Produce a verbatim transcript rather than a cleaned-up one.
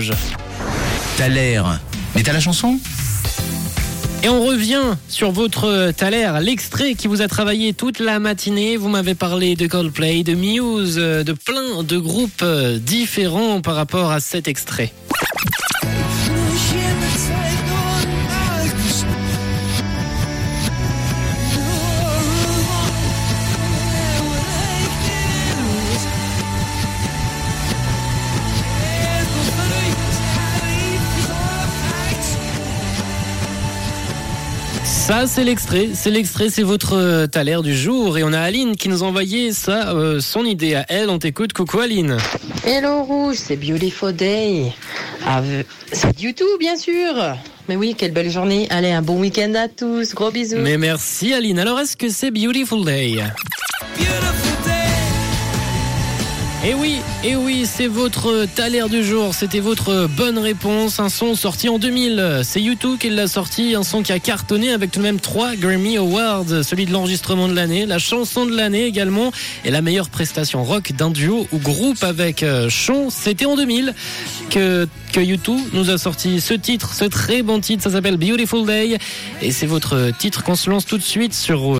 Rouge. T'as l'air. Mais t'as la chanson ? Et on revient sur votre Thaler, l'extrait qui vous a travaillé toute la matinée. Vous m'avez parlé de Coldplay, de Muse, de plein de groupes différents par rapport à cet extrait. Ça, c'est l'extrait, c'est l'extrait, c'est votre Thaler du jour. Et on a Aline qui nous a envoyé ça, euh, son idée à elle. On t'écoute, coucou Aline. Hello Rouge, c'est Beautiful Day. Ah, c'est YouTube, bien sûr. Mais oui, quelle belle journée. Allez, un bon week-end à tous. Gros bisous. Mais merci Aline. Alors, est-ce que c'est Beautiful Day ? Et oui, et oui, c'est votre Thaler du jour, c'était votre bonne réponse, un son sorti en deux mille, c'est U deux qui l'a sorti, un son qui a cartonné avec tout de même trois Grammy Awards, celui de l'enregistrement de l'année, la chanson de l'année également, et la meilleure prestation rock d'un duo ou groupe avec Sean, c'était en deux mille que, que U deux nous a sorti ce titre, ce très bon titre, ça s'appelle Beautiful Day, et c'est votre titre qu'on se lance tout de suite sur